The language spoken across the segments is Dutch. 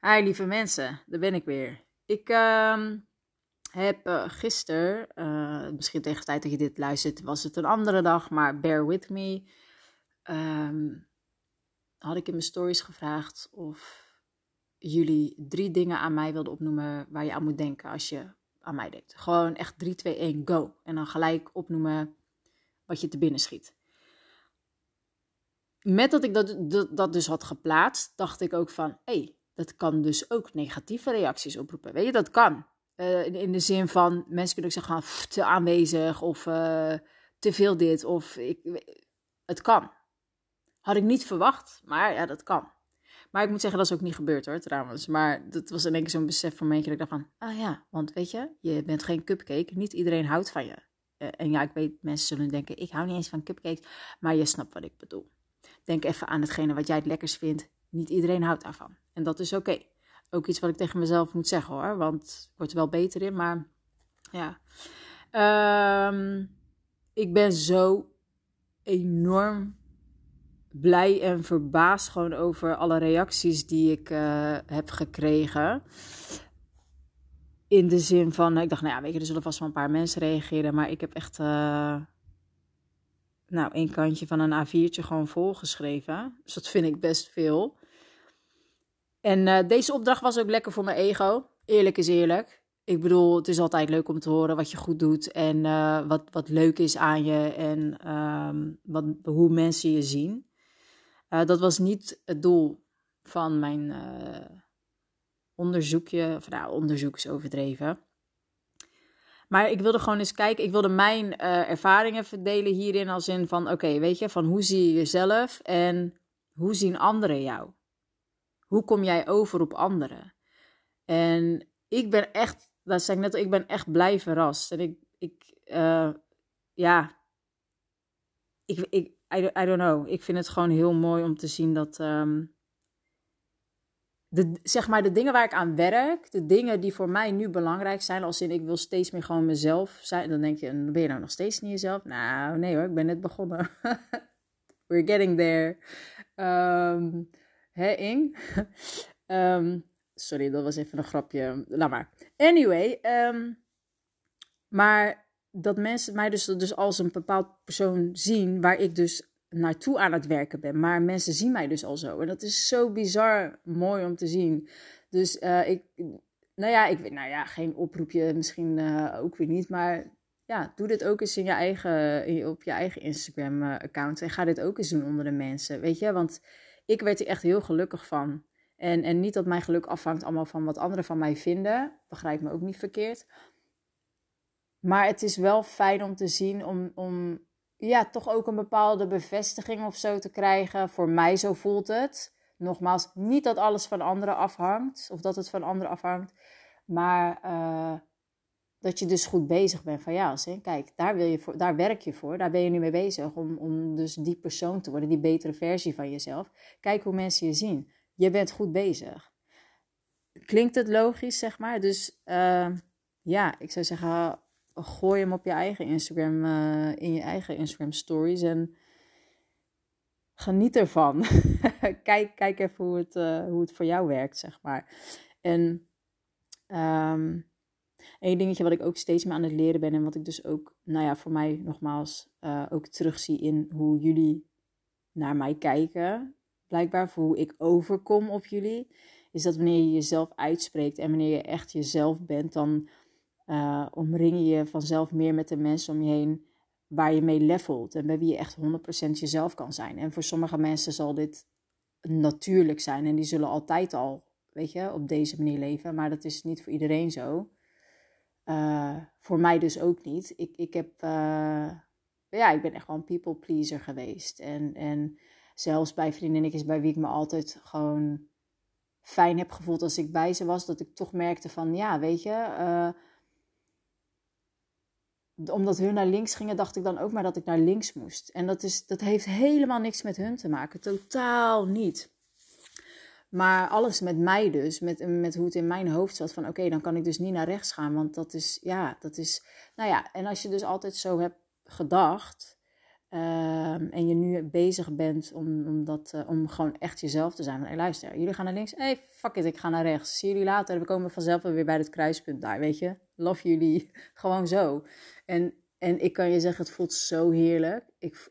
Hi lieve mensen, daar ben ik weer. Ik heb gisteren, misschien tegen de tijd dat je dit luistert, was het een andere dag, maar bear with me. Had ik in mijn stories gevraagd of jullie 3 dingen aan mij wilden opnoemen waar je aan moet denken als je aan mij denkt. Gewoon echt 3, 2, 1, go. En dan gelijk opnoemen wat je te binnen schiet. Met dat ik dat dus had geplaatst, dacht ik ook van, dat kan dus ook negatieve reacties oproepen. Weet je, dat kan. In de zin van, mensen kunnen ook zeggen, te aanwezig of te veel dit. Het kan. Had ik niet verwacht, maar ja, dat kan. Maar ik moet zeggen, dat is ook niet gebeurd hoor, trouwens. Maar dat was in één keer zo'n besef van dat ik dacht van, want weet je bent geen cupcake. Niet iedereen houdt van je. En ja, ik weet, mensen zullen denken, ik hou niet eens van cupcakes. Maar je snapt wat ik bedoel. Denk even aan hetgene wat jij het lekkers vindt. Niet iedereen houdt daarvan. En dat is oké. Ook iets wat ik tegen mezelf moet zeggen hoor. Want ik word er wel beter in. Maar ja. Ik ben zo enorm blij en verbaasd gewoon over alle reacties die ik heb gekregen. In de zin van, ik dacht, weet je, er zullen vast wel een paar mensen reageren. Maar ik heb echt... één kantje van een A4'tje gewoon volgeschreven. Dus dat vind ik best veel. En deze opdracht was ook lekker voor mijn ego. Eerlijk is eerlijk. Ik bedoel, het is altijd leuk om te horen wat je goed doet. En wat leuk is aan je. En hoe mensen je zien. Dat was niet het doel van mijn onderzoekje. Of onderzoek is overdreven. Maar ik wilde gewoon eens kijken, ik wilde mijn ervaringen verdelen hierin als in van, weet je, van hoe zie je jezelf en hoe zien anderen jou? Hoe kom jij over op anderen? En ik ben echt, dat zei ik net al, ik ben echt blij verrast. En I don't know, ik vind het gewoon heel mooi om te zien dat... de dingen waar ik aan werk, de dingen die voor mij nu belangrijk zijn, als in ik wil steeds meer gewoon mezelf zijn. Dan denk je, ben je nou nog steeds niet jezelf? Nou, nee hoor, ik ben net begonnen. We're getting there. Ing? Sorry, dat was even een grapje. Laat maar. Anyway, maar dat mensen mij dus als een bepaald persoon zien, waar ik dus naartoe aan het werken ben. Maar mensen zien mij dus al zo. En dat is zo bizar mooi om te zien. Dus geen oproepje, misschien ook weer niet. Maar ja, doe dit ook eens op je eigen Instagram-account. En ga dit ook eens doen onder de mensen, weet je. Want ik werd er echt heel gelukkig van. En niet dat mijn geluk afhangt allemaal van wat anderen van mij vinden. Begrijp me ook niet verkeerd. Maar het is wel fijn om te zien om toch ook een bepaalde bevestiging of zo te krijgen. Voor mij zo voelt het. Nogmaals, niet dat alles van anderen afhangt. Of dat het van anderen afhangt. Maar dat je dus goed bezig bent. Van ja, kijk, daar werk je voor. Daar ben je nu mee bezig. Om dus die persoon te worden. Die betere versie van jezelf. Kijk hoe mensen je zien. Je bent goed bezig. Klinkt het logisch, zeg maar. Dus ik zou zeggen... Gooi hem op je eigen Instagram, in je eigen Instagram stories en geniet ervan. Kijk even hoe het voor jou werkt, zeg maar. En één dingetje wat ik ook steeds meer aan het leren ben en wat ik dus ook, voor mij nogmaals ook terugzie in hoe jullie naar mij kijken, blijkbaar voor hoe ik overkom op jullie, is dat wanneer je jezelf uitspreekt en wanneer je echt jezelf bent, dan... omring je je vanzelf meer met de mensen om je heen waar je mee levelt en bij wie je echt 100% jezelf kan zijn. En voor sommige mensen zal dit natuurlijk zijn en die zullen altijd al, weet je, op deze manier leven. Maar dat is niet voor iedereen zo. Voor mij dus ook niet. Ik ben echt wel een people pleaser geweest. En zelfs bij vriendinnetjes bij wie ik me altijd gewoon fijn heb gevoeld als ik bij ze was, dat ik toch merkte van, weet je... omdat hun naar links gingen, dacht ik dan ook maar dat ik naar links moest. En dat heeft helemaal niks met hun te maken. Totaal niet. Maar alles met mij dus. Met hoe het in mijn hoofd zat. Van dan kan ik dus niet naar rechts gaan. Want dat is... En als je dus altijd zo hebt gedacht... En je nu bezig bent om gewoon echt jezelf te zijn. Hey, luister, jullie gaan naar links. Hey, fuck it, ik ga naar rechts. Zie jullie later. We komen vanzelf weer bij het kruispunt daar, weet je. Love jullie. Gewoon zo. En ik kan je zeggen, het voelt zo heerlijk.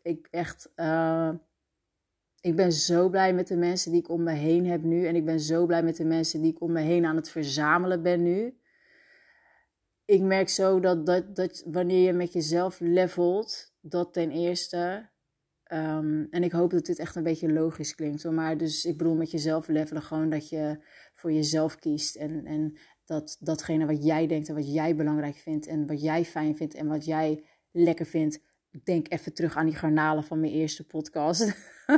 Ik ben zo blij met de mensen die ik om me heen heb nu. En ik ben zo blij met de mensen die ik om me heen aan het verzamelen ben nu. Ik merk zo dat wanneer je met jezelf levelt, dat ten eerste. En ik hoop dat dit echt een beetje logisch klinkt. Hoor. Maar dus ik bedoel met jezelf levelen gewoon dat je voor jezelf kiest. En datgene wat jij denkt en wat jij belangrijk vindt. En wat jij fijn vindt en wat jij lekker vindt. Denk even terug aan die garnalen van mijn eerste podcast.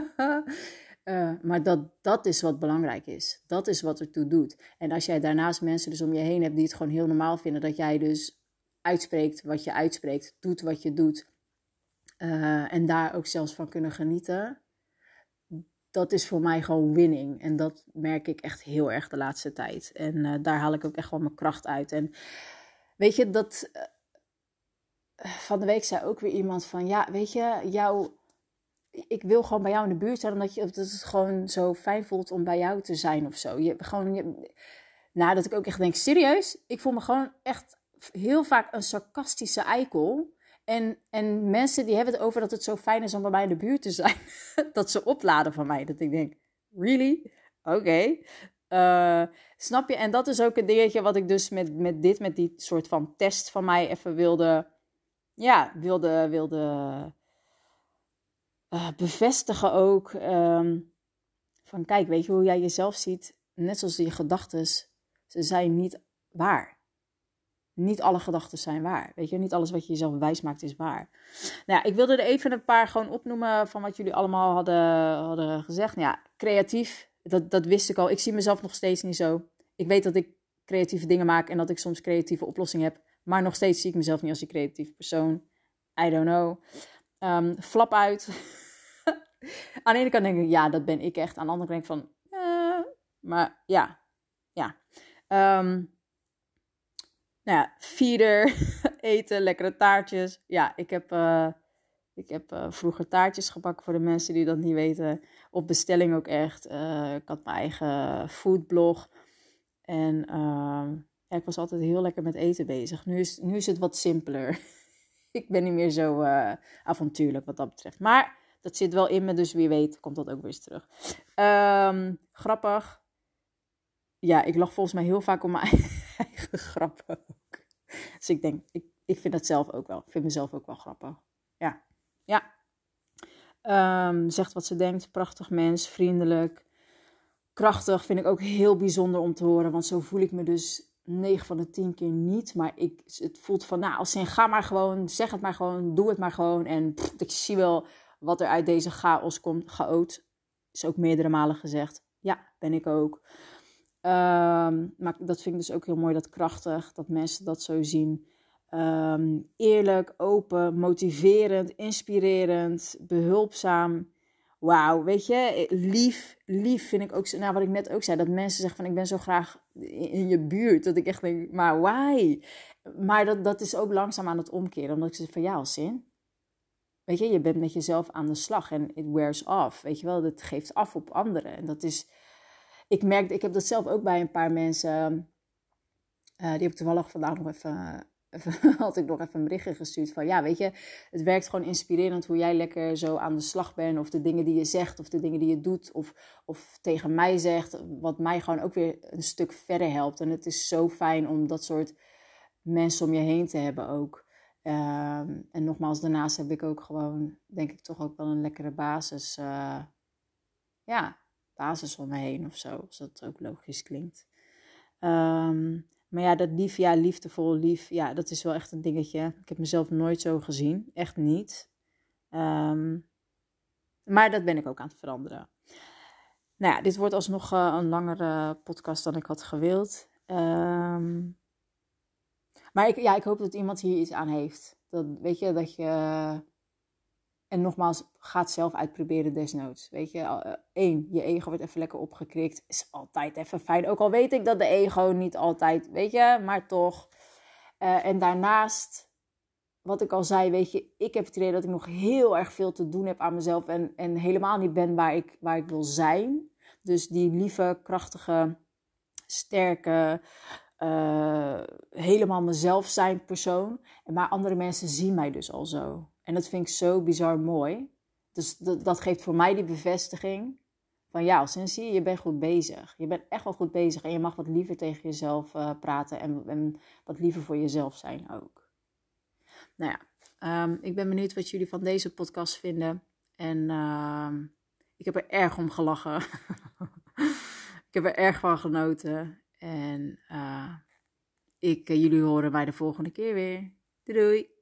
Maar dat is wat belangrijk is. Dat is wat ertoe doet. En als jij daarnaast mensen dus om je heen hebt die het gewoon heel normaal vinden. Dat jij dus uitspreekt wat je uitspreekt. Doet wat je doet. En daar ook zelfs van kunnen genieten. Dat is voor mij gewoon winning. En dat merk ik echt heel erg de laatste tijd. En daar haal ik ook echt wel mijn kracht uit. En weet je, dat... van de week zei ook weer iemand van... Ja, weet je, ik wil gewoon bij jou in de buurt zijn... omdat het gewoon zo fijn voelt om bij jou te zijn of zo. Nou, dat ik ook echt denk, serieus? Ik voel me gewoon echt heel vaak een sarcastische eikel... En mensen die hebben het over dat het zo fijn is om bij mij in de buurt te zijn. Dat ze opladen van mij. Dat ik denk, really? Oké. Snap je? En dat is ook een dingetje wat ik dus met die soort van test van mij even wilde bevestigen ook. Van kijk, weet je hoe jij jezelf ziet? Net zoals je gedachten, ze zijn niet waar. Niet alle gedachten zijn waar. Weet je, niet alles wat je jezelf wijs maakt is waar. Nou ja, ik wilde er even een paar gewoon opnoemen van wat jullie allemaal hadden gezegd. Nou ja, creatief, dat wist ik al. Ik zie mezelf nog steeds niet zo. Ik weet dat ik creatieve dingen maak en dat ik soms creatieve oplossingen heb. Maar nog steeds zie ik mezelf niet als een creatief persoon. I don't know. Flap uit. Aan de ene kant denk ik, ja, dat ben ik echt. Aan de andere kant denk ik van, maar ja. Nou ja, feeder, eten, lekkere taartjes. Ja, ik heb vroeger taartjes gebakken voor de mensen die dat niet weten. Op bestelling ook echt. Ik had mijn eigen foodblog. En ja, ik was altijd heel lekker met eten bezig. Nu is het wat simpeler. Ik ben niet meer zo avontuurlijk wat dat betreft. Maar dat zit wel in me, dus wie weet komt dat ook weer eens terug. Grappig. Ja, ik lach volgens mij heel vaak om mijn eigen grappen ook. Dus ik denk, ik vind dat zelf ook wel. Ik vind mezelf ook wel grappig. Ja. Zegt wat ze denkt. Prachtig mens, vriendelijk. Krachtig vind ik ook heel bijzonder om te horen. Want zo voel ik me dus 9 van de 10 keer niet. Maar het voelt van, nou, als ze ga maar gewoon, zeg het maar gewoon, doe het maar gewoon. En ik zie wel wat er uit deze chaos komt. Chaot, is ook meerdere malen gezegd. Ja, ben ik ook. Maar dat vind ik dus ook heel mooi, dat krachtig, dat mensen dat zo zien. Eerlijk, open, motiverend, inspirerend, behulpzaam. Wauw, weet je, lief vind ik ook. Nou, wat ik net ook zei, dat mensen zeggen van ik ben zo graag in je buurt. Dat ik echt denk, maar why? Maar dat is ook langzaam aan het omkeren, omdat ik zeg van ja, als zin. Weet je bent met jezelf aan de slag en it wears off. Weet je wel, dat geeft af op anderen. En dat is... Ik heb dat zelf ook bij een paar mensen, die heb ik toevallig vandaag nog even had ik nog even een berichtje gestuurd van, ja, weet je, het werkt gewoon inspirerend hoe jij lekker zo aan de slag bent, of de dingen die je zegt, of de dingen die je doet, of tegen mij zegt, wat mij gewoon ook weer een stuk verder helpt. En het is zo fijn om dat soort mensen om je heen te hebben ook. En nogmaals, daarnaast heb ik ook gewoon, denk ik, toch ook wel een lekkere basis, basis om me heen of zo, als dat ook logisch klinkt. Maar ja, dat lief, ja, liefdevol, lief, ja, dat is wel echt een dingetje. Ik heb mezelf nooit zo gezien, echt niet. Maar dat ben ik ook aan het veranderen. Nou ja, dit wordt alsnog een langere podcast dan ik had gewild. Maar ik hoop dat iemand hier iets aan heeft. Dat, weet je, dat je... En nogmaals, ga het zelf uitproberen desnoods. Weet je, 1, je ego wordt even lekker opgekrikt. Is altijd even fijn. Ook al weet ik dat de ego niet altijd, weet je, maar toch. En daarnaast, wat ik al zei, weet je, ik heb het idee dat ik nog heel erg veel te doen heb aan mezelf. En helemaal niet ben waar ik wil zijn. Dus die lieve, krachtige, sterke, helemaal mezelf zijn persoon. Maar andere mensen zien mij dus al zo. En dat vind ik zo bizar mooi. Dus dat geeft voor mij die bevestiging van ja, Cindy, je bent goed bezig. Je bent echt wel goed bezig en je mag wat liever tegen jezelf praten en wat liever voor jezelf zijn ook. Nou ja, ik ben benieuwd wat jullie van deze podcast vinden. En ik heb er erg om gelachen. Ik heb er erg van genoten. En jullie horen mij de volgende keer weer. Doei doei!